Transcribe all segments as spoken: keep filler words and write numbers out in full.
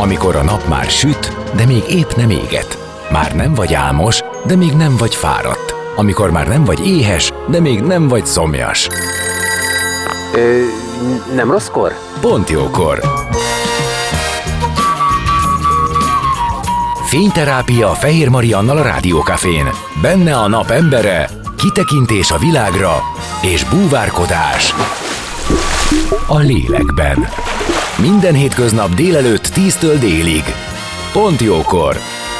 amikor a nap már süt, de még épp nem éget. Már nem vagy álmos, de még nem vagy fáradt. Amikor már nem vagy éhes, de még nem vagy szomjas. Ö, nem rosszkor? Pont jókor. Fényterápia Fehér Mariannal a Rádiókafén. Benne a nap embere, kitekintés a világra és búvárkodás a lélekben. Minden hétköznap délelőtt tíztől délig. Pont jókor.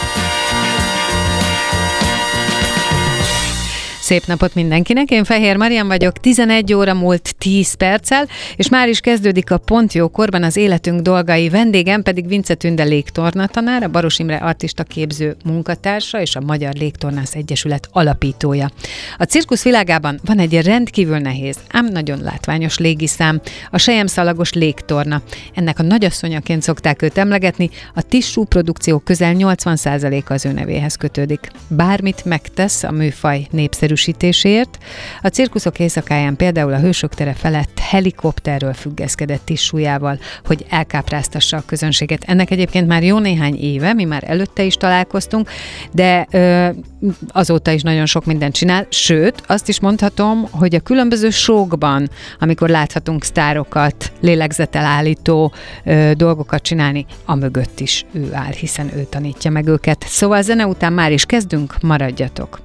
Szép napot mindenkinek, én Fehér Marian vagyok, tizenegy óra múlt tíz perccel, és már is kezdődik a Pont jókorban az életünk dolgai. Vendégem pedig Vince Tünde légtornatanár, a Baros Imre artista képző munkatársa és a Magyar Légtornász Egyesület alapítója. A cirkusz világában van egy rendkívül nehéz, ám nagyon látványos légiszám, a selyemszalagos légtorna. Ennek a nagyasszonyaként szokták őt emlegetni, a tissú produkció közel nyolcvan százaléka az ő nevéhez kötődik. Bármit megtesz a műfaj népszerű a cirkuszok éjszakáján például a Hősök tere felett helikopterről függeszkedett tissújával, hogy elkápráztassa a közönséget. Ennek egyébként már jó néhány éve, mi már előtte is találkoztunk, de ö, azóta is nagyon sok mindent csinál, sőt, azt is mondhatom, hogy a különböző showkban, amikor láthatunk sztárokat, lélegzetelállító ö, dolgokat csinálni, amögött is ő áll, hiszen ő tanítja meg őket. Szóval zene után már is kezdünk, maradjatok!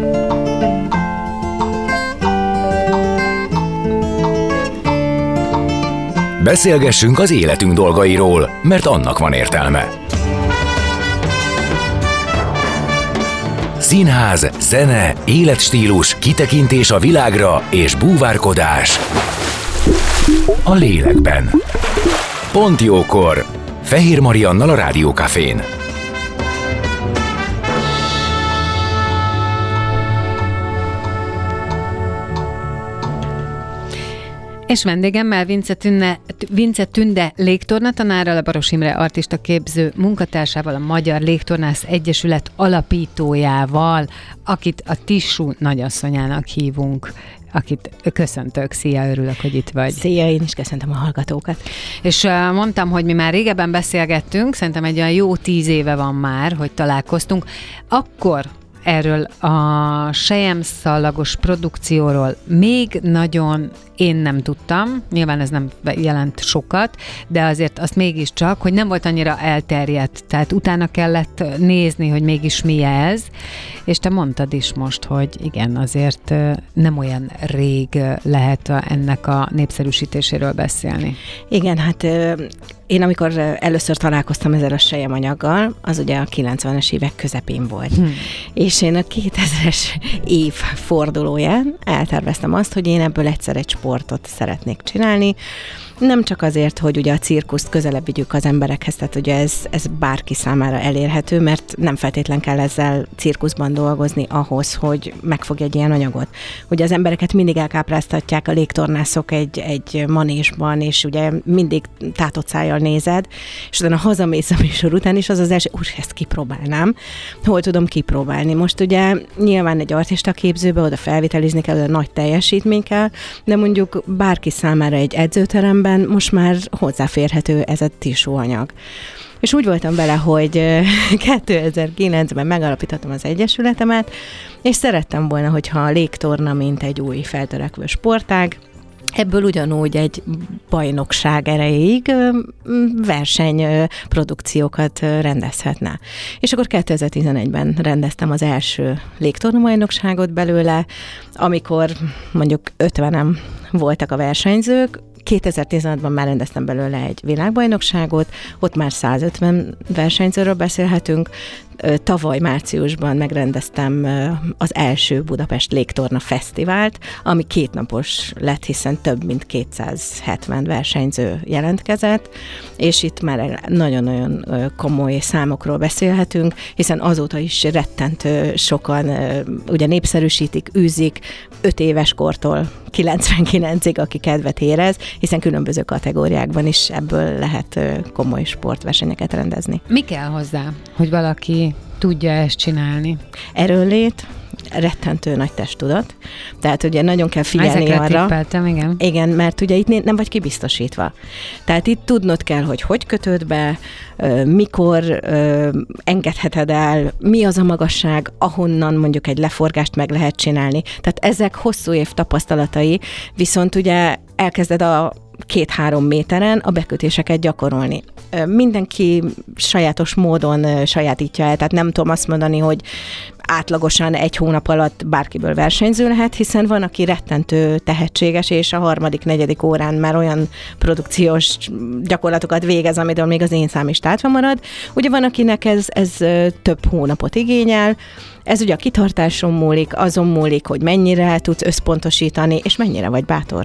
Beszélgessünk az életünk dolgairól, mert annak van értelme. Színház, zene, életstílus, kitekintés a világra és búvárkodás a lélekben. Pont jókor. Fehér Mariannal a Rádiókafén. És vendégemmel Vince Tünde, Vince Tünde légtornatanárral, a Baros Imre artista képző munkatársával, a Magyar Légtornász Egyesület alapítójával, akit a Tissú nagyasszonyának hívunk, akit köszöntök. Szia, örülök, hogy itt vagy. Szia, én is köszöntöm a hallgatókat. És uh, mondtam, hogy mi már régebben beszélgettünk, szerintem egy olyan jó tíz éve van már, hogy találkoztunk. Akkor erről a selyemszalagos produkcióról még nagyon én nem tudtam, nyilván ez nem jelent sokat, de azért azt mégiscsak, hogy nem volt annyira elterjedt, tehát utána kellett nézni, hogy mégis mi ez, és te mondtad is most, hogy igen, azért nem olyan rég lehet ennek a népszerűsítéséről beszélni. Igen, hát én amikor először találkoztam ezzel a selyemanyaggal, az ugye a kilencvenes évek közepén volt. Hmm. És én a kétezres év fordulóján elterveztem azt, hogy én ebből egyszer egy sportot szeretnék csinálni. Nem csak azért, hogy ugye a cirkuszt közelebb vigyük az emberekhez, tehát ugye ez, ez bárki számára elérhető, mert nem feltétlen kell ezzel cirkuszban dolgozni ahhoz, hogy megfogja egy ilyen anyagot. Ugye az embereket mindig elkápráztatják a légtornászok egy, egy manésban, és ugye mindig tátott szájjal nézed, és utána hazamész a műsor után, és az az első, úr, ezt kipróbálnám. Hol tudom kipróbálni? Most ugye nyilván egy artista képzőbe oda felvitelizni kell, oda nagy teljesítmény kell, de mondjuk bárki számára egy edzőteremben most már hozzáférhető ez a tissúanyag. És úgy voltam vele, hogy kétezer-kilencben megalapítottam az egyesületemet, és szerettem volna, hogyha a légtorna, mint egy új feltörekvő sportág, ebből ugyanúgy egy bajnokság erejéig versenyprodukciókat rendezhetne. És akkor kétezer-tizenegyben rendeztem az első légtornabajnokságot belőle, amikor mondjuk ötvenen voltak a versenyzők, kétezer-tizenhatban már rendeztem belőle egy világbajnokságot, ott már százötven versenyzőről beszélhetünk. Tavaly márciusban megrendeztem az első Budapest Légtorna Fesztivált, ami kétnapos lett, hiszen több mint kétszázhetven versenyző jelentkezett, és itt már nagyon-nagyon komoly számokról beszélhetünk, hiszen azóta is rettentő sokan ugye népszerűsítik, űzik, öt éves kortól kilencvenkilencig, aki kedvet érez, hiszen különböző kategóriákban is ebből lehet komoly sportversenyeket rendezni. Mi kell hozzá, hogy valaki aki tudja ezt csinálni? Erőnlét, rettentő nagy testtudat, tehát ugye nagyon kell figyelni Ezekre arra. tippeltem, igen. Igen, mert ugye itt nem vagy kibiztosítva. Tehát itt tudnod kell, hogy hogy kötöd be, mikor engedheted el, mi az a magasság, ahonnan mondjuk egy leforgást meg lehet csinálni. Tehát ezek hosszú év tapasztalatai, viszont ugye elkezded a két-három méteren a bekötéseket gyakorolni. Mindenki sajátos módon sajátítja el, tehát nem tudom azt mondani, hogy átlagosan egy hónap alatt bárkiből versenyző lehet, hiszen van, aki rettentő tehetséges, és a harmadik, negyedik órán már olyan produkciós gyakorlatokat végez, amitől még az én szám is tátva marad. Ugye van, akinek ez, ez több hónapot igényel, ez ugye a kitartáson múlik, azon múlik, hogy mennyire tudsz összpontosítani, és mennyire vagy bátor.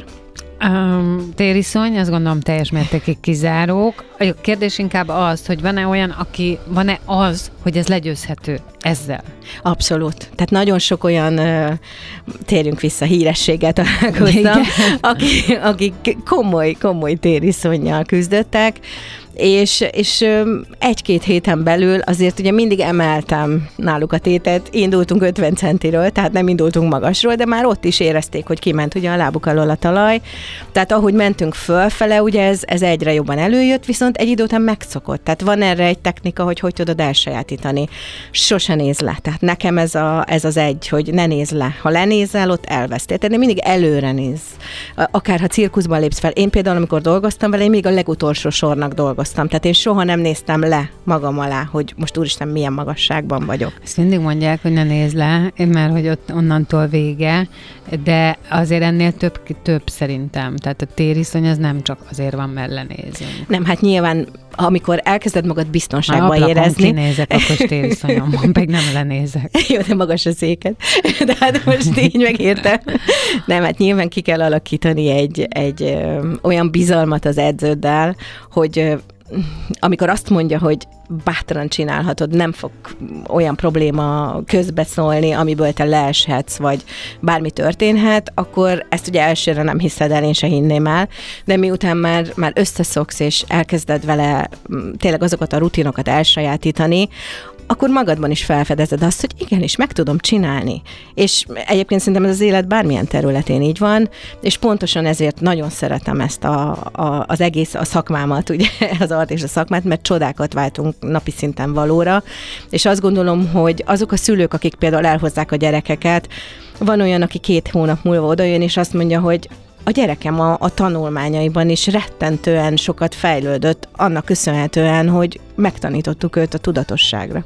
Um, tériszony, azt gondolom teljes mértékig kizárók. A kérdés inkább az, hogy van-e olyan, aki, van-e az, hogy ez legyőzhető ezzel? Abszolút. Tehát nagyon sok olyan, uh, térjünk vissza, hírességgel találkoztam, akik, akik komoly, komoly tériszonnyal küzdöttek, és, és egy-két héten belül azért ugye mindig emeltem náluk a tétet, indultunk ötven centiről, tehát nem indultunk magasról, de már ott is érezték, hogy kiment ugye a lábuk alól a talaj, tehát ahogy mentünk fölfele, ugye ez, ez egyre jobban előjött, viszont egy idő után megszokott, tehát van erre egy technika, hogy hogy tudod elsajátítani. Sose nézz le, tehát nekem ez, a, ez az egy, hogy ne nézz le. Ha lenézel, ott elvesztél, tehát mindig előre nézz. Akár ha cirkuszban lépsz fel. Én például, amikor dolgoztam vele, én még a legutolsó sornak dolgoztam. Tehát én soha nem néztem le magam alá, hogy most úristen, milyen magasságban vagyok. Ezt mindig mondják, hogy ne nézz le, mert hogy ott onnantól vége, de azért ennél több, több szerintem. Tehát a tériszony az nem csak azért van, mert lenézünk. Nem, hát nyilván, amikor elkezded magad biztonságban ha érezni. Ha kinézek, akkor tériszonyom van, meg nem lenézek. Jó, de magas a széked. De hát most így megértem. Nem, hát nyilván ki kell alakítani egy, egy ö, olyan bizalmat az edződdel, hogy ö, amikor azt mondja, hogy bátran csinálhatod, nem fog olyan probléma közbeszólni, amiből te leeshetsz, vagy bármi történhet, akkor ezt ugye elsőre nem hiszed el, én se hinném el, de miután már, már összeszoksz, és elkezded vele tényleg azokat a rutinokat elsajátítani, akkor magadban is felfedezed azt, hogy igenis, meg tudom csinálni. És egyébként szerintem ez az élet bármilyen területén így van, és pontosan ezért nagyon szeretem ezt a, a, az egész a szakmámat, ugye, az art és a szakmát, mert csodákat váltunk napi szinten valóra, és azt gondolom, hogy azok a szülők, akik például elhozzák a gyerekeket, van olyan, aki két hónap múlva odajön, és azt mondja, hogy a gyerekem a, a tanulmányaiban is rettentően sokat fejlődött, annak köszönhetően, hogy megtanítottuk őt a tudatosságra.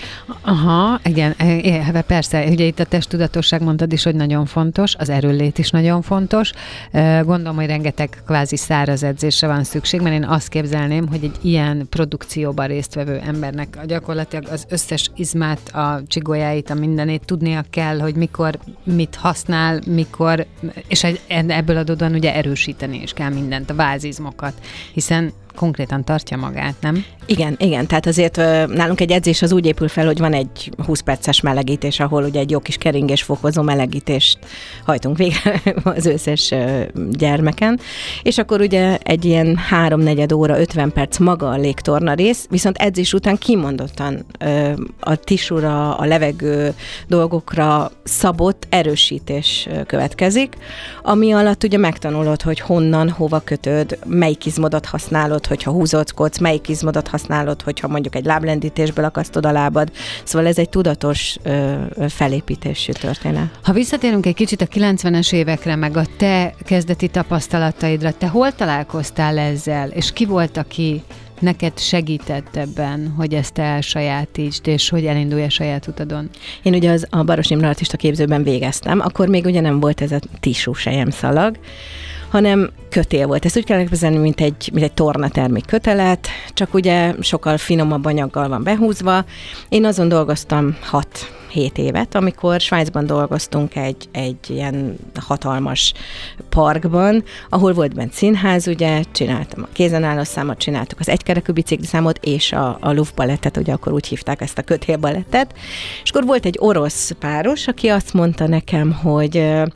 Aha, igen, persze, ugye itt a testtudatosság mondtad is, hogy nagyon fontos, az erőllét is nagyon fontos. Gondolom, hogy rengeteg kvázi száraz edzésre van szükség, mert én azt képzelném, hogy egy ilyen produkcióban résztvevő embernek a gyakorlatilag az összes izmát, a csigójáit, a mindenét tudnia kell, hogy mikor mit használ, mikor, és ebből adódóan ugye erősíteni is kell mindent, a vázizmokat, hiszen konkrétan tartja magát, nem? Igen, igen, tehát azért nálunk egy edzés az úgy épül fel, hogy van egy húsz perces melegítés, ahol ugye egy jó kis keringésfokozó melegítést hajtunk végre az összes gyermeken, és akkor ugye egy ilyen háromnegyed óra, ötven perc maga a légtorna rész, viszont edzés után kimondottan a tisúra, a levegő dolgokra szabott erősítés következik, ami alatt ugye megtanulod, hogy honnan, hova kötöd, melyik izmodat használod, hogyha húzódsz, melyik izmodat használod, hogyha mondjuk egy láblendítésből akasztod a lábad. Szóval ez egy tudatos ö, felépítésű történet. Ha visszatérünk egy kicsit a kilencvenes évekre, meg a te kezdeti tapasztalataidra, te hol találkoztál ezzel, és ki volt, aki neked segített ebben, hogy ezt elsajátítsd, és hogy elindulj a saját utadon? Én ugye az, a Baross Imre artista képzőben végeztem, akkor még ugye nem volt ez a tísú selyemszalag, hanem kötél volt. Ezt úgy kell elképzelni, mint egy, mint egy tornatermék kötelet, csak ugye sokkal finomabb anyaggal van behúzva. Én azon dolgoztam hat hét évet, amikor Svájcban dolgoztunk egy, egy ilyen hatalmas parkban, ahol volt bent színház, ugye, csináltam a kézenálló számot, csináltuk az egykerekű bicikliszámot, és a, a Luftballettet, ugye akkor úgy hívták ezt a kötélbalettet, és akkor volt egy orosz páros, aki azt mondta nekem, hogy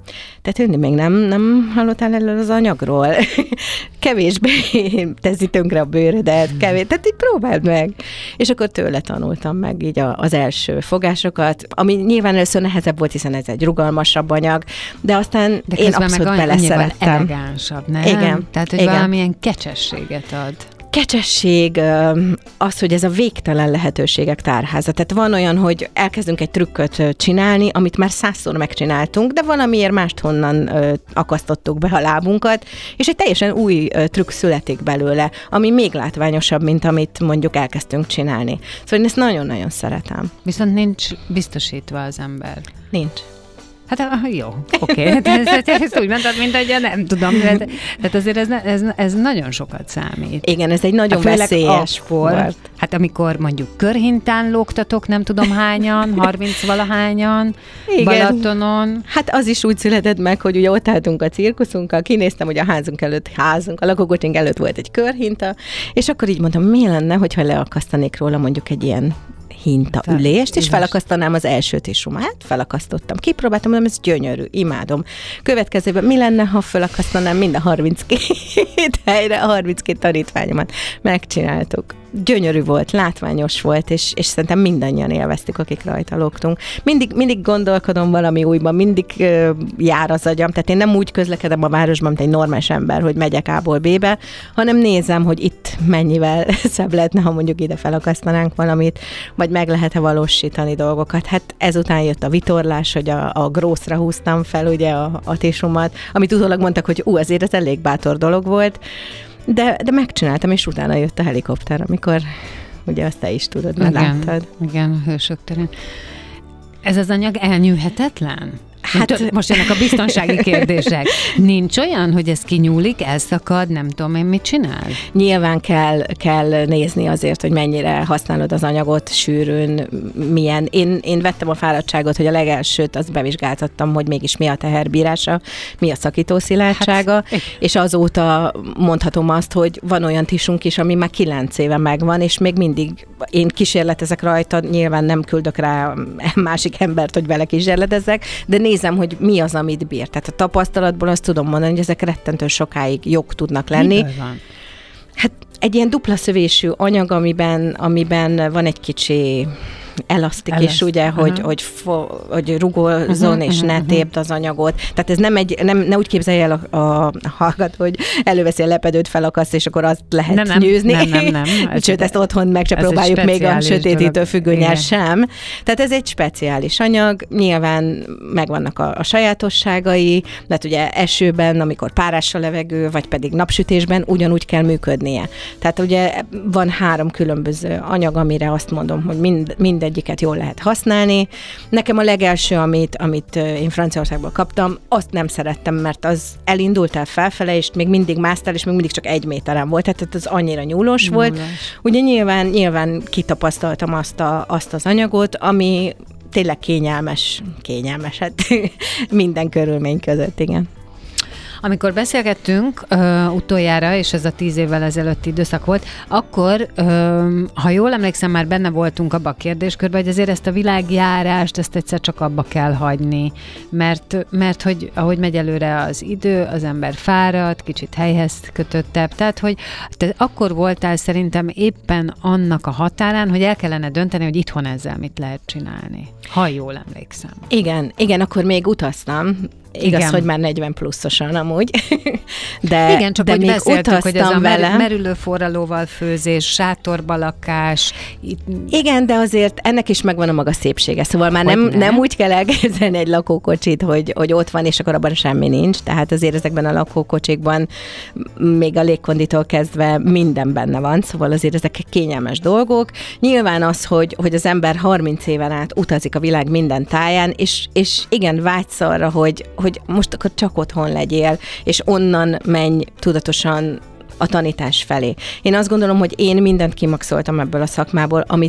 te Tündi, még nem, nem hallottál elől az anyagról? Kevésbé teszi tönkre a bőrödet, kevés, tehát így próbáld meg. És akkor tőle tanultam meg így a, az első fogásokat, ami nyilván először nehezebb volt, hiszen ez egy rugalmasabb anyag, de aztán de én abszolút beleszerettem. Elegánsabb, nem? Igen. Tehát, hogy igen. valamilyen kecsességet ad. Kecsesség az, hogy ez a végtelen lehetőségek tárháza. Tehát van olyan, hogy elkezdünk egy trükköt csinálni, amit már százszor megcsináltunk, de valamiért máshonnan akasztottuk be a lábunkat, és egy teljesen új trükk születik belőle, ami még látványosabb, mint amit mondjuk elkezdtünk csinálni. Szóval én ezt nagyon-nagyon szeretem. Viszont nincs biztosítva az ember. Nincs. Hát jó, oké. Okay. Ezt úgy mondtad, mint hogy nem tudom. Tehát azért ez, ez, ez nagyon sokat számít. Igen, ez egy nagyon hát veszélyes sport. Hát amikor mondjuk körhintán lógtatok, nem tudom hányan, harminc-valahányan, igen. Balatonon. Hát az is úgy született meg, hogy ugye ott álltunk a cirkuszunkkal, kinéztem, hogy a házunk előtt, házunk, a lakókocsink előtt volt egy körhinta, és akkor így mondtam, mi lenne, hogyha leakasztanék róla mondjuk egy ilyen hinta ülést, és felakasztanám az első tisumát. Hát felakasztottam, kipróbáltam, mondom, ez gyönyörű, imádom. Következőben mi lenne, ha felakasztanám mind a harminckét helyre a harminckét tanítványomat? Megcsináltuk. Gyönyörű volt, látványos volt, és, és szerintem mindannyian élveztük, akik rajta lógtunk. Mindig, mindig gondolkodom valami újban, mindig uh, jár az agyam, tehát én nem úgy közlekedem a városban, mint egy normális ember, hogy megyek A-ból B-be, hanem nézem, hogy itt mennyivel szebb lehetne, ha mondjuk ide felakasztanánk valamit, vagy meg lehet-e valósítani dolgokat. Hát ezután jött a vitorlás, hogy a, a grószra húztam fel ugye a, a tésumat, amit utólag mondtak, hogy ú, azért ez elég bátor dolog volt, De, de megcsináltam, és utána jött a helikopter, amikor ugye azt te is tudod, mert igen, láttad. Igen, a Hősök terén. Ez az anyag elnyűhetetlen? Hát, most jönnek a biztonsági kérdések. Nincs olyan, hogy ez kinyúlik, elszakad, nem tudom én mit csinál? Nyilván kell, kell nézni azért, hogy mennyire használod az anyagot sűrűn, milyen. Én, én vettem a fáradtságot, hogy a legelsőt azt bevizsgáltattam, hogy mégis mi a teherbírása, mi a szakító szilárdsága, hát, és azóta mondhatom azt, hogy van olyan tisunk is, ami már kilenc éve megvan, és még mindig én kísérletezek rajta, nyilván nem küldök rá másik embert, hogy vele kísérletezzek, de nézem, hogy mi az, amit bír. Tehát a tapasztalatból azt tudom mondani, hogy ezek rettentő sokáig jók tudnak lenni. Miből van? Hát egy ilyen dupla szövésű anyag, amiben, amiben van egy kicsi elasztik Elaszt. is, ugye, uh-huh. hogy, hogy, fo- hogy rugozzon uh-huh, és uh-huh, ne tépd az anyagot. Tehát ez nem egy, nem, ne úgy képzelje el a, a hallgat, hogy előveszi a lepedőt, felakaszt, és akkor azt lehet nem, nem, nyűzni. Nem, nem, nem. Ez Sőt, ezt otthon meg sem próbáljuk még a sötétítő függönyel sem. Tehát ez egy speciális anyag, nyilván megvannak a, a sajátosságai, mert ugye esőben, amikor párás a levegő, vagy pedig napsütésben ugyanúgy kell működnie. Tehát ugye van három különböző anyag, amire azt mondom, hogy mind, mind egyiket jól lehet használni. Nekem a legelső, amit, amit én Franciaországból kaptam, azt nem szerettem, mert az elindultál felfele, és még mindig másztál, és még mindig csak egy méteren volt, tehát az annyira nyúlós, nyúlós. volt. Ugye nyilván, nyilván kitapasztaltam azt, a, azt az anyagot, ami tényleg kényelmes, kényelmes, hát minden körülmény között, igen. Amikor beszélgettünk uh, utoljára, és ez a tíz évvel ezelőtti időszak volt, akkor, uh, ha jól emlékszem, már benne voltunk abba a kérdéskörben, hogy azért ezt a világjárást, ezt egyszer csak abba kell hagyni, mert, mert hogy ahogy megy előre az idő, az ember fárad, kicsit helyhez kötöttebb, tehát hogy te akkor voltál szerintem éppen annak a határán, hogy el kellene dönteni, hogy itthon ezzel mit lehet csinálni, ha jól emlékszem. Igen, igen, akkor még utaztam, igaz, igen. hogy már negyven pluszosan amúgy, de, igen, csak de hogy még beszéltük, hogy ez a vele. merülő forralóval főzés, sátorba lakás. Itt... Igen, de azért ennek is megvan a maga szépsége, szóval már nem, nem úgy kell elképzelni egy lakókocsit, hogy, hogy ott van, és akkor abban semmi nincs, tehát azért ezekben a lakókocsikban még a légkonditól kezdve minden benne van, szóval azért ezek kényelmes dolgok. Nyilván az, hogy, hogy az ember harminc éven át utazik a világ minden táján, és, és igen, vágysz arra, hogy hogy most akkor csak otthon legyél, és onnan menj tudatosan a tanítás felé. Én azt gondolom, hogy én mindent kimaxoltam ebből a szakmából, amit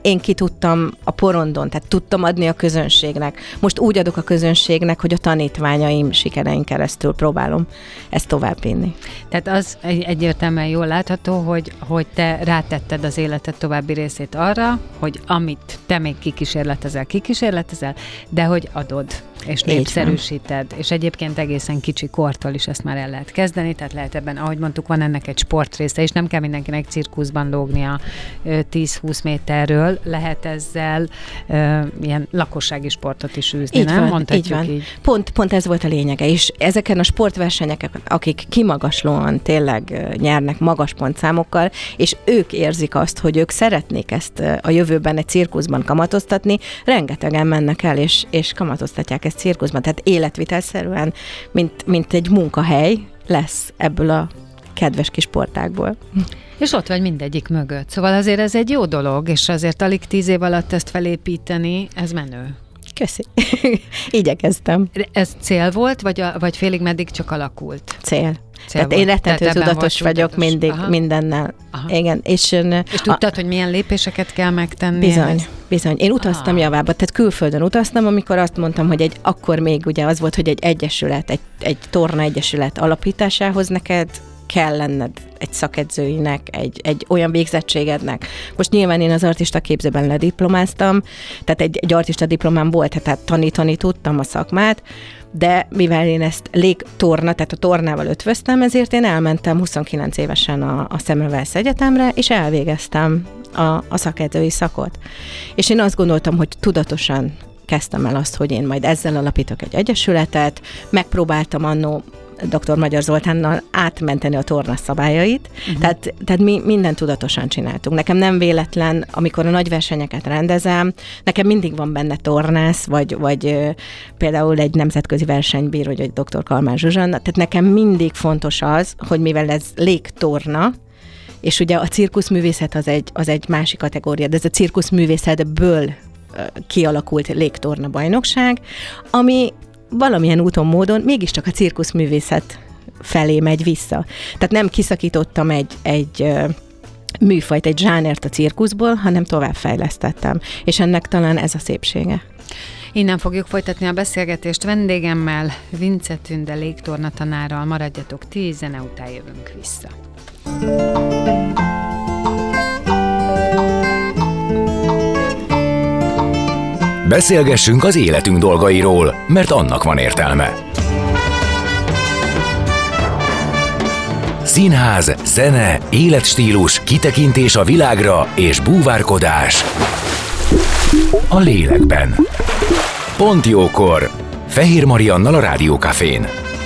én ki tudtam a porondon, tehát tudtam adni a közönségnek. Most úgy adok a közönségnek, hogy a tanítványaim sikerein keresztül próbálom ezt továbbvinni. Tehát az egy, egyértelműen jól látható, hogy, hogy te rátetted az életed további részét arra, hogy amit te még kikísérletezel, kikísérletezel, de hogy adod, és népszerűsíted, és egyébként egészen kicsi kortól is ezt már el lehet kezdeni, tehát lehet ebben, ahogy mondtuk, van ennek egy sportrésze, és nem kell mindenkinek cirkuszban lógnia tíz-húsz méterről, lehet ezzel ö, ilyen lakossági sportot is űzni, így nem? Van, Mondhatjuk így van. így. Pont, pont ez volt a lényege, és ezeken a sportversenyeken, akik kimagaslóan tényleg nyernek magas pontszámokkal, és ők érzik azt, hogy ők szeretnék ezt a jövőben egy cirkuszban kamatoztatni, rengetegen mennek el, és, és kamatoztatják ezt cirkuszban, tehát életvitelszerűen, mint, mint egy munkahely lesz ebből a kedves kis sportákból. És ott vagy mindegyik mögött. Szóval azért ez egy jó dolog, és azért alig tíz év alatt ezt felépíteni, ez menő. Köszi. Igyekeztem. Ez cél volt, vagy, a, vagy félig meddig csak alakult? Cél. Cél Tehát volt. én rettentő tudatos vagyok tudatos. mindig, Aha. mindennel. Aha. Igen. És, és tudtad, a... hogy milyen lépéseket kell megtenni? Bizony, ehhez? bizony. Én utaztam ah. javába, tehát külföldön utaztam, amikor azt mondtam, hogy egy, akkor még ugye az volt, hogy egy egyesület, egy, egy torna egyesület alapításához neked kell lenned egy szakedzőinek, egy, egy olyan végzettségednek. Most nyilván én az artista képzőben lediplomáztam, tehát egy, egy artista diplomám volt, tehát tanítani tudtam a szakmát, de mivel én ezt légtorna, tehát a tornával ötvöztem, ezért én elmentem huszonkilenc évesen a, a Semmelweis Egyetemre, és elvégeztem a, a szakedzői szakot. És én azt gondoltam, hogy tudatosan kezdtem el azt, hogy én majd ezzel alapítok egy egyesületet, megpróbáltam annó doktor Magyar Zoltánnal átmenteni a torna szabályait, uh-huh. tehát, tehát mi mindent tudatosan csináltunk. Nekem nem véletlen, amikor a nagy versenyeket rendezem, nekem mindig van benne tornász, vagy, vagy ö, például egy nemzetközi versenybíró, vagy egy doktor Kalmár Zsuzsanna, tehát nekem mindig fontos az, hogy mivel ez légtorna, és ugye a cirkuszművészet az egy, az egy másik kategória, de ez a cirkuszművészetből ö, kialakult légtorna bajnokság, ami valamilyen úton, módon mégiscsak a cirkuszművészet felé megy vissza. Tehát nem kiszakítottam egy, egy műfajt, egy zsánert a cirkuszból, hanem továbbfejlesztettem. És ennek talán ez a szépsége. Innen fogjuk folytatni a beszélgetést vendégemmel, Vince Tünde légtorna tanárral. Maradjatok ti, zene után jövünk vissza. Beszélgessünk az életünk dolgairól, mert annak van értelme. Színház, zene, életstílus, kitekintés a világra és búvárkodás a lélekben. Pont jókor! Fehér Mariannal a Rádiókafén.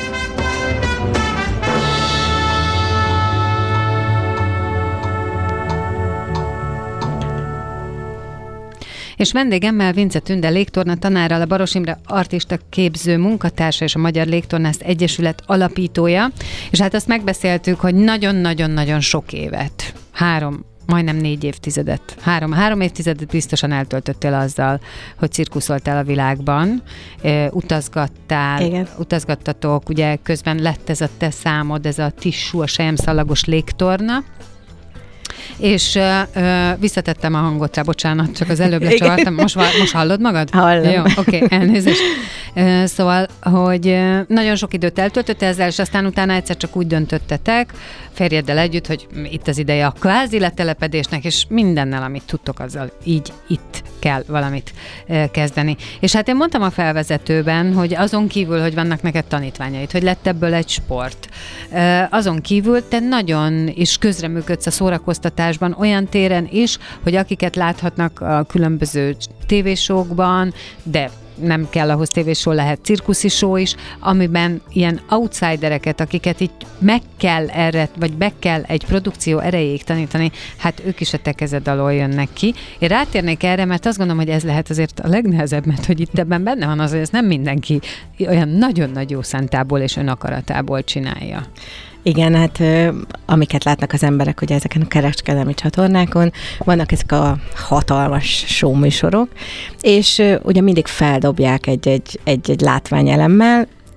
És vendégemmel Vince Tünde légtorna tanárral, a Baros Imre artista képző munkatársa és a Magyar Légtornász Egyesület alapítója. És hát azt megbeszéltük, hogy nagyon-nagyon-nagyon sok évet, három, majdnem négy évtizedet, három, három évtizedet biztosan eltöltöttél azzal, hogy cirkuszoltál a világban, utazgattál, igen. utazgattatok, ugye közben lett ez a te számod, ez a Tissú, a selyemszalagos légtorna, és uh, visszatettem a hangot rá, bocsánat, csak az előbb lecsavartam. Most, most hallod magad? Hallom. Jó, oké, okay, elnézést. Uh, szóval, hogy uh, nagyon sok időt eltöltött ezzel, és aztán utána egyszer csak úgy döntöttetek, férjeddel együtt, hogy itt az ideje a kvázi letelepedésnek, és mindennel, amit tudtok, azzal így itt kell valamit uh, kezdeni. És hát én mondtam a felvezetőben, hogy azon kívül, hogy vannak neked tanítványaid, hogy lett ebből egy sport, uh, azon kívül te nagyon is közreműködsz a szórakoztatásban, olyan téren is, hogy akiket láthatnak a különböző tévésókban, de nem kell ahhoz tévéshow, lehet cirkuszi show is, amiben ilyen outsidereket, akiket így meg kell erre, vagy be kell egy produkció erejéig tanítani, hát ők is a te kezed alól jönnek ki. Én rátérnék erre, mert azt gondolom, hogy ez lehet azért a legnehezebb, mert hogy itt ebben benne van az, hogy ezt nem mindenki olyan nagyon nagy jó szántából és önakaratából csinálja. Igen, hát amiket látnak az emberek ugye ezeken a kereskedelmi csatornákon, vannak ezek a hatalmas showműsorok, és ugye mindig feldobják egy-egy, egy-egy látványelemmel.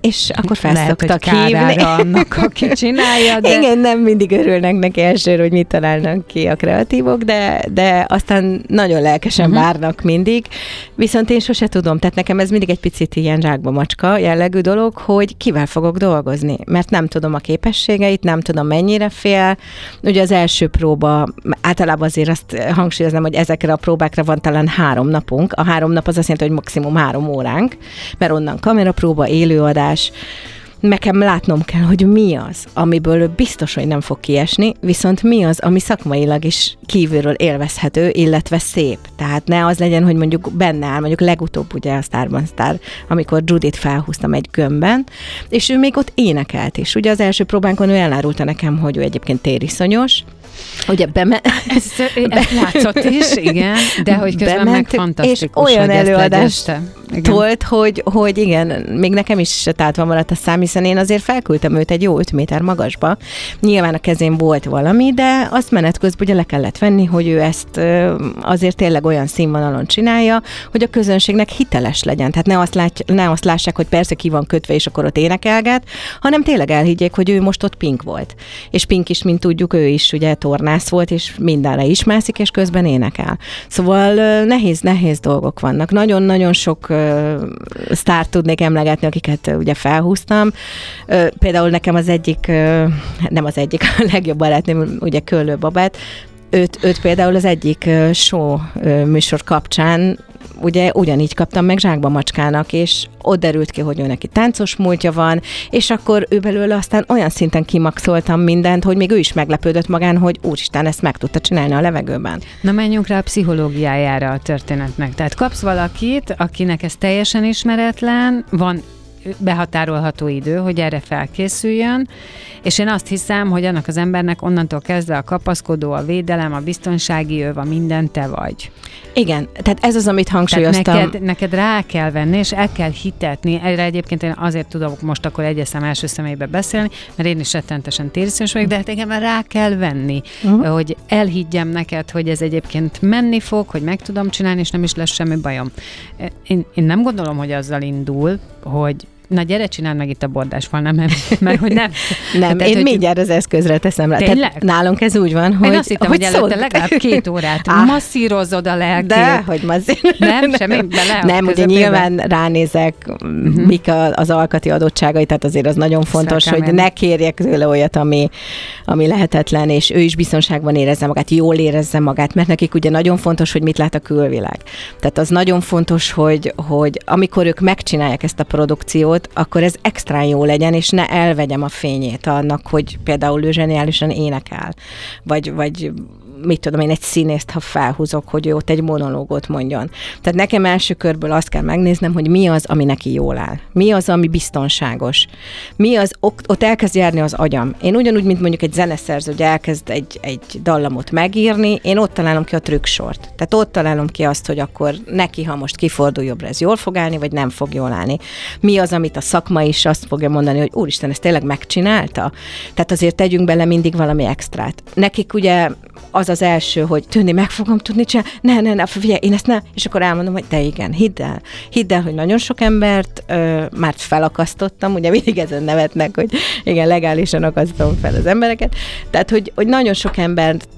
és akkor fel Lehet, szoktak hogy hívni. kárára annak, aki csinálja, de... Igen, nem mindig örülnek neki elsőre, hogy mit találnak ki a kreatívok, de, de aztán nagyon lelkesen uh-huh. várnak mindig. Viszont én sose tudom, tehát nekem ez mindig egy picit ilyen zsákba macska jellegű dolog, hogy kivel fogok dolgozni, mert nem tudom a képességeit, nem tudom mennyire fél. Ugye az első próba, általában azért azt hangsúlyoznám, hogy ezekre a próbákra van talán három napunk. A három nap az azt jelenti, hogy maximum három óránk, mert onnan kamerapróba, élőadás. Nekem látnom kell, hogy mi az, amiből biztos, hogy nem fog kiesni, viszont mi az, ami szakmailag is kívülről élvezhető, illetve szép. Tehát ne az legyen, hogy mondjuk benne áll, mondjuk legutóbb ugye a Starban Star, amikor Judit felhúztam egy gömbben, és ő még ott énekelt is. Ugye az első próbánkon ő elárulta nekem, hogy ő egyébként tériszonyos, ugye beme... Ez, ez látszott is, igen, de hogy közben meg fantasztikus, és olyan hogy előadást tolt, hogy, hogy igen, még nekem is tátva maradt a szám, hiszen én azért felküldtem őt egy jó öt méter magasba. Nyilván a kezén volt valami, de azt menet közben ugye le kellett venni, hogy ő ezt azért tényleg olyan színvonalon csinálja, hogy a közönségnek hiteles legyen. Tehát ne azt, lát, ne azt lássák, hogy persze ki van kötve, és akkor ott énekelget, hanem tényleg elhiggyék, hogy ő most ott Pink volt. És Pink is, mint tudjuk, ő is ugye tornász volt, és mindenre is mászik, és közben énekel. Szóval nehéz, nehéz dolgok vannak. Nagyon-nagyon sok uh, sztárt tudnék emlegetni, akiket uh, ugye felhúztam. Uh, például nekem az egyik, uh, nem az egyik, a legjobb barátnőm, ugye Köllő Babát, őt, őt például az egyik uh, show uh, műsor kapcsán ugye ugyanígy kaptam meg zsákba macskának, és ott derült ki, hogy ő neki táncos múltja van, és akkor ő belőle aztán olyan szinten kimaxoltam mindent, hogy még ő is meglepődött magán, hogy úristen, ezt meg tudta csinálni a levegőben. Na menjünk rá a pszichológiájára a történetnek. Tehát kapsz valakit, akinek ez teljesen ismeretlen, van behatárolható idő, hogy erre felkészüljön, és én azt hiszem, hogy annak az embernek onnantól kezdve a kapaszkodó, a védelem, a biztonsági öv, a minden te vagy. Igen, tehát ez az, amit hangsúlyoztam. Tehát neked, neked rá kell venni, és el kell hitetni. Erre egyébként én azért tudok most akkor egyes szám első személybe beszélni, mert én is rettentesen tériszonyos vagyok, de hát engem rá kell venni, uh-huh. hogy elhiggyem neked, hogy ez egyébként menni fog, hogy meg tudom csinálni, és nem is lesz semmi bajom. Én, én nem gondolom, hogy azzal indul, hogy na gyere, csináld meg itt a bordásfal, nem, mert, mert hogy nem. Nem, tehát, én hogy... mindjárt az eszközre teszem rá. Tehát nálunk ez úgy van, hogy... Én azt hittem, hogy, hogy előtte legalább két órát ah, masszírozod a lelkét. De, hogy masszír... Nem, semmi, bele Nem, ugye nyilván ránézek, uh-huh. mik az alkati adottságai, tehát azért az nagyon fontos, Szerkem hogy én. ne kérjek tőle olyat, ami, ami lehetetlen, és ő is biztonságban érezze magát, jól érezze magát, mert nekik ugye nagyon fontos, hogy mit lát a külvilág. Tehát az nagyon fontos, hogy, hogy amikor ők megcsinálják ezt a produkciót, akkor ez extrán jó legyen, és ne elvegyem a fényét annak, hogy például ő zseniálisan énekel, vagy, vagy mit tudom én, egy színészt, ha felhúzok, hogy ő ott egy monológot mondjon. Tehát nekem első körből azt kell megnéznem, hogy mi az, ami neki jól áll. Mi az, ami biztonságos. Mi az, ott elkezd járni az agyam. Én ugyanúgy, mint mondjuk egy zeneszerző, hogy elkezd egy, egy dallamot megírni, én ott találom ki a trükksort. Tehát ott találom ki azt, hogy akkor neki, ha most kifordul jobbra, ez jól fog állni, vagy nem fog jól állni. Mi az, amit a szakma is azt fogja mondani, hogy úristen, ezt tényleg megcsinálta? Tehát azért tegyünk bele mindig valami extrát. Nekik ugye az az első, hogy tűnni, meg fogom tudni csinálni, ne, ne, ne, figyelj, én ezt ne, és akkor elmondom, hogy de igen, hidd el. Hidd el, hogy nagyon sok embert ö, már felakasztottam, ugye mindig ezen nevetnek, hogy igen, legálisan akasztom fel az embereket, tehát, hogy, hogy nagyon sok embert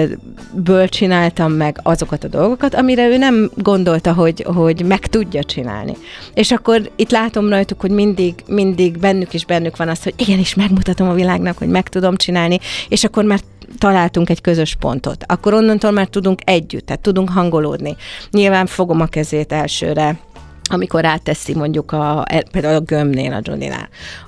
ből csináltam meg azokat a dolgokat, amire ő nem gondolta, hogy, hogy meg tudja csinálni. És akkor itt látom rajtuk, hogy mindig, mindig bennük is bennük van az, hogy igenis megmutatom a világnak, hogy meg tudom csinálni, és akkor már találtunk egy közös pontot. Akkor onnantól már tudunk együtt, tehát tudunk hangolódni. Nyilván fogom a kezét elsőre, amikor ráteszi mondjuk a, például a gömbnél, a Johnny-nál.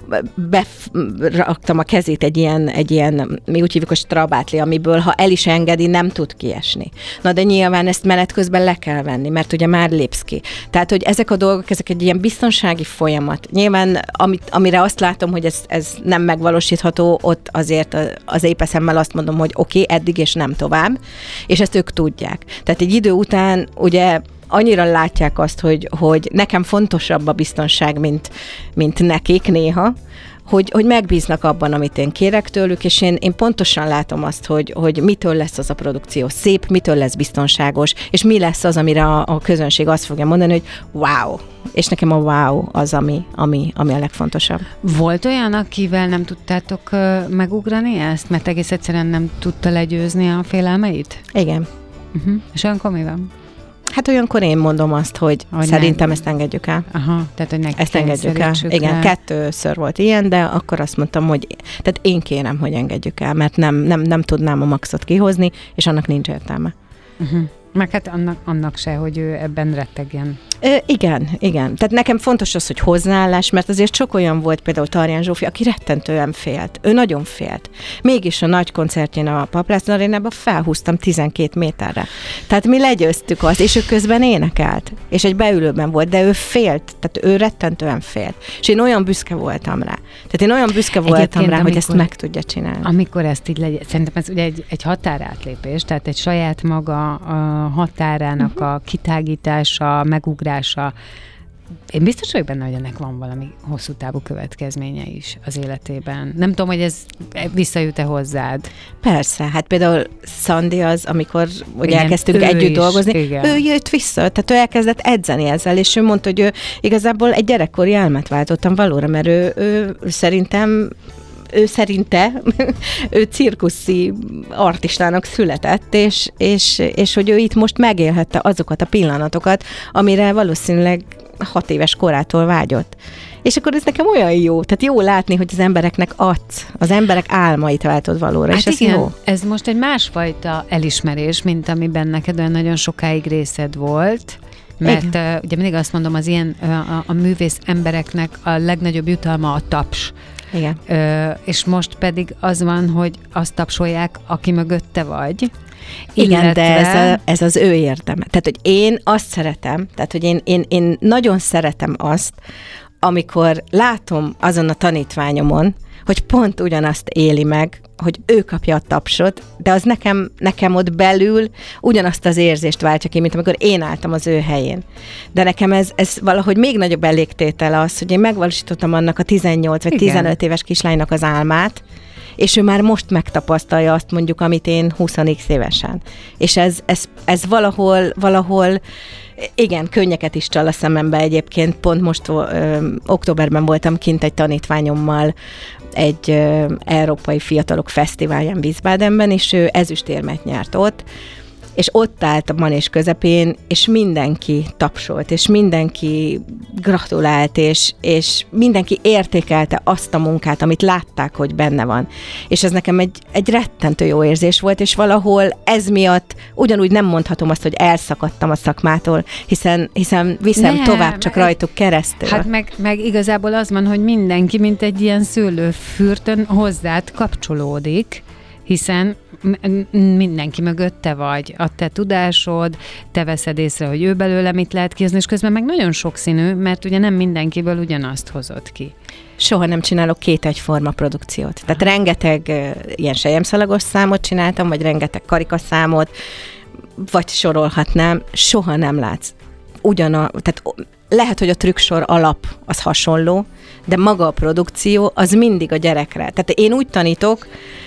Beraktam a kezét egy ilyen, egy ilyen, mi úgy hívjuk a strabátli, amiből, ha el is engedi, nem tud kiesni. Na de nyilván ezt menet közben le kell venni, mert ugye már lépsz ki. Tehát, hogy ezek a dolgok, ezek egy ilyen biztonsági folyamat. Nyilván, amit, amire azt látom, hogy ez, ez nem megvalósítható, ott azért az épeszemmel azt mondom, hogy oké, okay, eddig és nem tovább, és ezt ők tudják. Tehát egy idő után ugye annyira látják azt, hogy, hogy nekem fontosabb a biztonság, mint, mint nekik néha, hogy, hogy megbíznak abban, amit én kérek tőlük, és én, én pontosan látom azt, hogy, hogy mitől lesz az a produkció szép, mitől lesz biztonságos, és mi lesz az, amire a, a közönség azt fogja mondani, hogy wow, és nekem a wow az, ami, ami, ami a legfontosabb. Volt olyan, akivel nem tudtátok uh, megugrani ezt, mert egész egyszerűen nem tudta legyőzni a félelmeit? Igen. Uh-huh. És olyankor mi van? Hát olyankor én mondom azt, hogy, hogy szerintem ne... ezt engedjük el. Aha, tehát hogy neki ezt engedjük el. Igen, kettőször volt ilyen, de akkor azt mondtam, hogy tehát én kérem, hogy engedjük el, mert nem, nem, nem tudnám a maxot kihozni, és annak nincs értelme. Uh-huh. Meg hát annak, annak se, hogy ő ebben rettegjen. Ö, igen, igen. Tehát nekem fontos az, hogy hozzáállás, mert azért sok olyan volt, például Tarján Zsófi, aki rettentően félt. Ő nagyon félt. Mégis a nagy koncertjén a Paplászló arénában felhúztam tizenkét méterre. Tehát mi legyőztük azt, és ő közben énekelt. És egy beülőben volt, de ő félt. Tehát ő rettentően félt. És én olyan büszke voltam rá. Tehát én olyan büszke voltam Egyébként, rá, amikor, hogy ezt meg tudja csinálni. Amikor ezt így legyen, szerintem ez ugye egy, egy határátlépés, tehát egy saját maga a határának uh-huh. a kitágítása, megugrása. Én biztos vagyok benne, hogy ennek van valami hosszú távú következménye is az életében. Nem tudom, hogy ez visszajut-e hozzád. Persze, hát például Szandi az, amikor ugye elkezdtünk együtt is, dolgozni, igen. Ő jött vissza, tehát ő elkezdett edzeni ezzel, és ő mondta, hogy ő igazából egy gyerekkori elmet váltottam valóra, mert ő, ő szerintem ő szerinte, ő cirkuszi artistának született, és, és, és hogy ő itt most megélhette azokat a pillanatokat, amire valószínűleg hat éves korától vágyott. És akkor ez nekem olyan jó, tehát jó látni, hogy az embereknek adsz, az emberek álmait váltod valóra, hát és ez igen, jó. Ez most egy másfajta elismerés, mint amiben neked olyan nagyon sokáig részed volt, mert uh, ugye mindig azt mondom, az ilyen uh, a, a művész embereknek a legnagyobb jutalma a taps. Igen. Ö, és most pedig az van, hogy azt tapsolják, aki mögötte vagy. Igen, illetve... de ez, a, ez az ő érdeme. Tehát, hogy én azt szeretem, tehát, hogy én, én, én nagyon szeretem azt, amikor látom azon a tanítványomon, hogy pont ugyanazt éli meg, hogy ő kapja a tapsot, de az nekem, nekem ott belül ugyanazt az érzést váltja ki, mint amikor én álltam az ő helyén. De nekem ez, ez valahogy még nagyobb elégtétel az, hogy én megvalósítottam annak a tizennyolc vagy Igen. tizenöt éves kislánynak az álmát, és ő már most megtapasztalja azt mondjuk, amit én húsz évesen. És ez, ez, ez valahol, valahol igen, könnyeket is csal a szemembe egyébként. Pont most ö, októberben voltam kint egy tanítványommal egy ö, Európai Fiatalok Fesztiválján Wiesbadenben, és ő ezüstérmet nyert ott, és ott állt a manés közepén, és mindenki tapsolt, és mindenki gratulált, és, és mindenki értékelte azt a munkát, amit látták, hogy benne van. És ez nekem egy, egy rettentő jó érzés volt, és valahol ez miatt ugyanúgy nem mondhatom azt, hogy elszakadtam a szakmától, hiszen, hiszen viszem nem, tovább csak rajtuk keresztül. Hát meg, meg igazából az van, hogy mindenki, mint egy ilyen szőlőfürtön hozzád kapcsolódik, hiszen mindenki mögötte vagy, a te tudásod, te veszed észre, hogy ő belőle mit lehet kihozni, és közben meg nagyon sokszínű, mert ugye nem mindenkiből ugyanazt hozott ki. Soha nem csinálok két egyforma produkciót. Tehát Aha. rengeteg uh, ilyen selyemszalagos számot csináltam, vagy rengeteg karikaszámot, vagy sorolhatnám, soha nem látsz. Ugyana, tehát lehet, hogy a trükksor alap az hasonló, de maga a produkció az mindig a gyerekre. Tehát én úgy tanítok,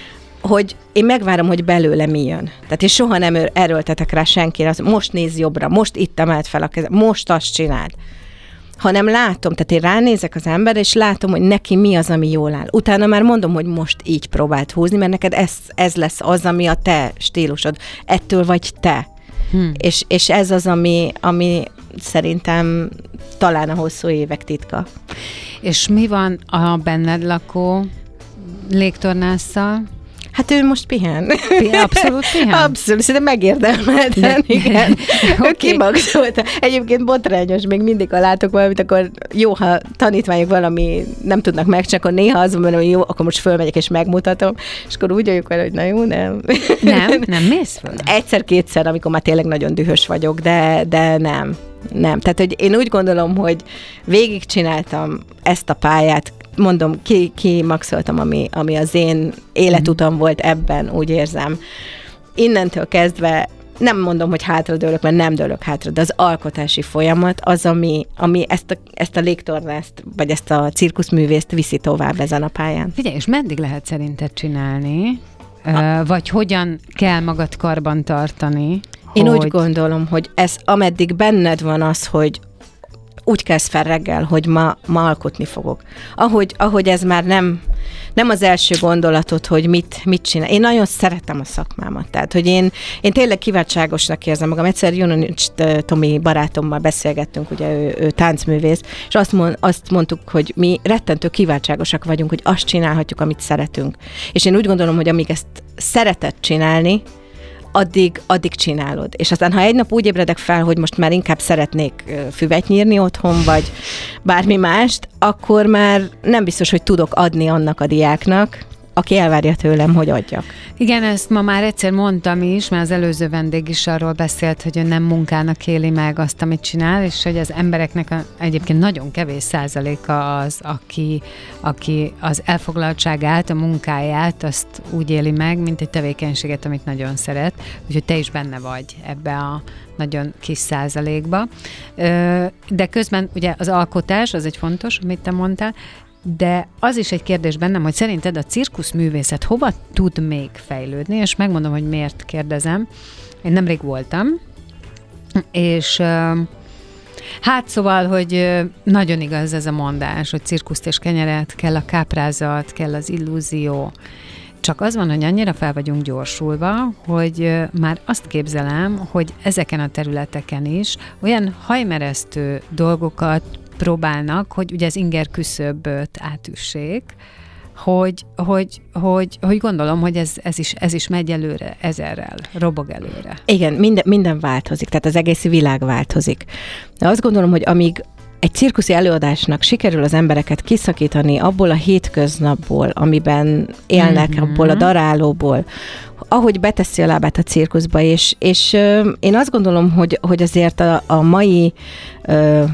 hogy én megvárom, hogy belőle mi jön. Tehát én soha nem erőltetek rá senkire, az, most nézz jobbra, most itt emelt fel a kezed, most azt csináld. Hanem látom, tehát én ránézek az emberre, és látom, hogy neki mi az, ami jól áll. Utána már mondom, hogy most így próbáld húzni, mert neked ez, ez lesz az, ami a te stílusod. Ettől vagy te. Hmm. És, és ez az, ami, ami szerintem talán a hosszú évek titka. És mi van a benned lakó légtornásszal? Hát ő most pihen. Abszolút pihen? Abszolút, szerintem megérdemelten, igen. Okay. Ő kimaxolta. Egyébként botrányos, még mindig, ha látok valamit, akkor jó, ha tanítványok valami nem tudnak megcsinálni, akkor néha az mondom, hogy jó, akkor most fölmegyek és megmutatom, és akkor úgy vagyok vele, hogy na jó, nem. Nem? Nem mész föl? Egyszer-kétszer, amikor már tényleg nagyon dühös vagyok, de, de nem. Nem. Tehát, hogy én úgy gondolom, hogy végigcsináltam ezt a pályát, mondom, ki, ki maxoltam, ami, ami az én életutam volt ebben, úgy érzem. Innentől kezdve nem mondom, hogy hátradőlök, mert nem dőlök hátra, de az alkotási folyamat az, ami, ami ezt, a, ezt a légtornást, vagy ezt a cirkuszművészt viszi tovább ezen a pályán. Figyelj, és meddig lehet szerinted csinálni? A... Vagy hogyan kell magad karban tartani? Én hogy... úgy gondolom, hogy ez ameddig benned van az, hogy úgy kezd fel reggel, hogy ma, ma alkotni fogok. Ahogy, ahogy ez már nem, nem az első gondolatod, hogy mit, mit csinál. Én nagyon szeretem a szakmámat. Tehát, hogy én, én tényleg kiváltságosnak érzem magam. Egyszer Junonics Tomi barátommal beszélgettünk, ugye ő, ő táncművész, és azt, mond, azt mondtuk, hogy mi rettentő kiváltságosak vagyunk, hogy azt csinálhatjuk, amit szeretünk. És én úgy gondolom, hogy amíg ezt szereted csinálni, addig, addig csinálod. És aztán, ha egy nap úgy ébredek fel, hogy most már inkább szeretnék füvet nyírni otthon, vagy bármi mást, akkor már nem biztos, hogy tudok adni annak a diáknak, aki elvárja tőlem, hogy adjak. Igen, ezt ma már egyszer mondtam is, mert az előző vendég is arról beszélt, hogy ő nem munkának éli meg azt, amit csinál, és hogy az embereknek a, egyébként nagyon kevés százaléka az, aki, aki az elfoglaltságát, a munkáját, azt úgy éli meg, mint egy tevékenységet, amit nagyon szeret. Úgyhogy te is benne vagy ebbe a nagyon kis százalékba. De közben ugye az alkotás, az egy fontos, amit te mondtál, de az is egy kérdés bennem, hogy szerinted a cirkuszművészet hova tud még fejlődni, és megmondom, hogy miért kérdezem. Én nemrég voltam, és hát szóval, hogy nagyon igaz ez a mondás, hogy cirkuszt és kenyeret, kell a káprázat, kell az illúzió. Csak az van, hogy annyira fel vagyunk gyorsulva, hogy már azt képzelem, hogy ezeken a területeken is olyan hajmeresztő dolgokat próbálnak, hogy ugye az inger küszöböt átüssék, hogy, hogy, hogy, hogy gondolom, hogy ez, ez, is, ez is megy előre, ezerrel, robog előre. Igen, minden, minden változik, tehát az egész világ változik. De azt gondolom, hogy amíg egy cirkuszi előadásnak sikerül az embereket kiszakítani abból a hétköznapból, amiben élnek, mm-hmm. abból a darálóból, ahogy beteszi a lábát a cirkuszba, és, és euh, én azt gondolom, hogy, hogy azért a, a mai euh,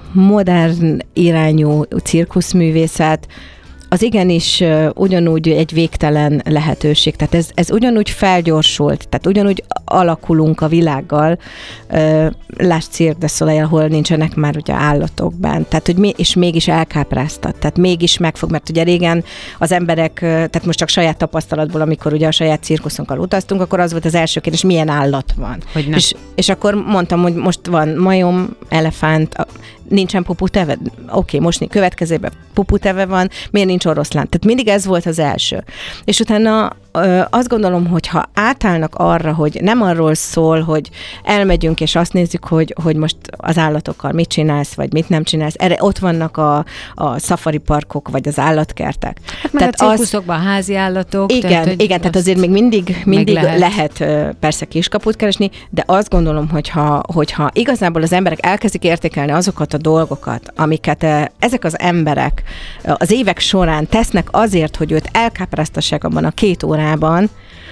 modern irányú cirkuszművészet az igenis uh, ugyanúgy egy végtelen lehetőség. Tehát ez, ez ugyanúgy felgyorsult, tehát ugyanúgy alakulunk a világgal, uh, lásd Cirque du Soleil, ahol nincsenek már ugye állatok bent, tehát, hogy mi, és mégis elkápráztat, tehát mégis megfog, mert ugye régen az emberek, uh, tehát most csak saját tapasztalatból, amikor ugye a saját cirkuszunkkal utaztunk, akkor az volt az első kérdés, milyen állat van. És, és akkor mondtam, hogy most van majom, elefánt, nincsen puputeve? Oké, okay, most következőben puputeve van, miért nincs oroszlán? Tehát mindig ez volt az első. És utána ö, azt gondolom, hogy ha átállnak arra, hogy nem arról szól, hogy elmegyünk és azt nézzük, hogy, hogy most az állatokkal mit csinálsz, vagy mit nem csinálsz, erre ott vannak a, a safari parkok, vagy az állatkertek. Hát meg tehát a cirkuszokban az, házi állatok. Igen, tehát, igen tehát azért még mindig, mindig lehet. lehet persze kiskaput keresni, de azt gondolom, hogyha, hogyha igazából az emberek elkezdik értékelni azokat a dolgokat, amiket ezek az emberek az évek során tesznek azért, hogy őt elkápráztassák abban a két órában,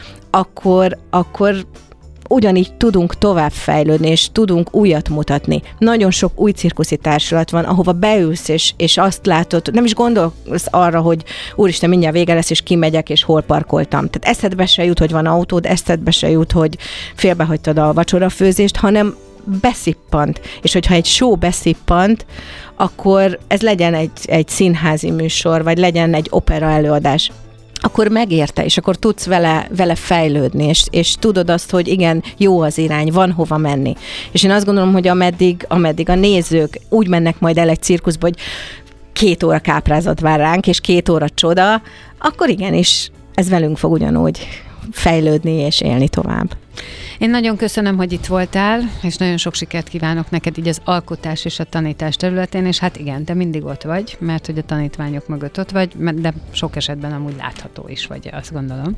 akkor, akkor ugyanígy tudunk tovább fejlődni, és tudunk újat mutatni. Nagyon sok új cirkuszi társulat van, ahova beülsz, és, és azt látod, nem is gondolsz arra, hogy úristen, mindjárt vége lesz, és kimegyek, és hol parkoltam. Tehát eszedbe se jut, hogy van autód, eszedbe se jut, hogy félbehagytad a vacsorafőzést, hanem beszippant. És hogyha egy show beszippant, akkor ez legyen egy, egy színházi műsor, vagy legyen egy opera előadás, akkor megérte, és akkor tudsz vele, vele fejlődni, és, és tudod azt, hogy igen, jó az irány, van hova menni. És én azt gondolom, hogy ameddig, ameddig a nézők úgy mennek majd el egy cirkuszba, hogy két óra káprázat vár ránk, és két óra csoda, akkor igenis ez velünk fog ugyanúgy fejlődni és élni tovább. Én nagyon köszönöm, hogy itt voltál, és nagyon sok sikert kívánok neked így az alkotás és a tanítás területén, és hát igen, te mindig ott vagy, mert hogy a tanítványok mögött ott vagy, de sok esetben amúgy látható is vagy, azt gondolom.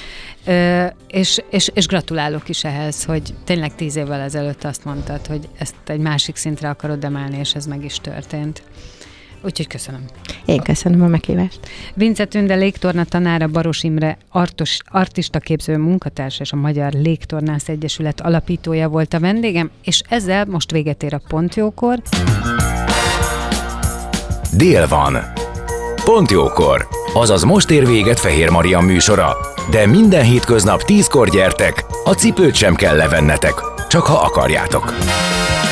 Ö, és, és, és gratulálok is ehhez, hogy tényleg tíz évvel ezelőtt azt mondtad, hogy ezt egy másik szintre akarod emelni, és ez meg is történt. Úgyhogy köszönöm. Én köszönöm a meghívást. Vince Tünde légtorna tanára, Baros Imre artos, artistaképző munkatárs és a Magyar Légtornász Egyesület alapítója volt a vendégem, és ezzel most véget ér a Pont Jókor. Dél van. Pont jókor. Azaz most ér véget Fehér Marian műsora. De minden hétköznap tízkor gyertek, a cipőt sem kell levennetek, csak ha akarjátok.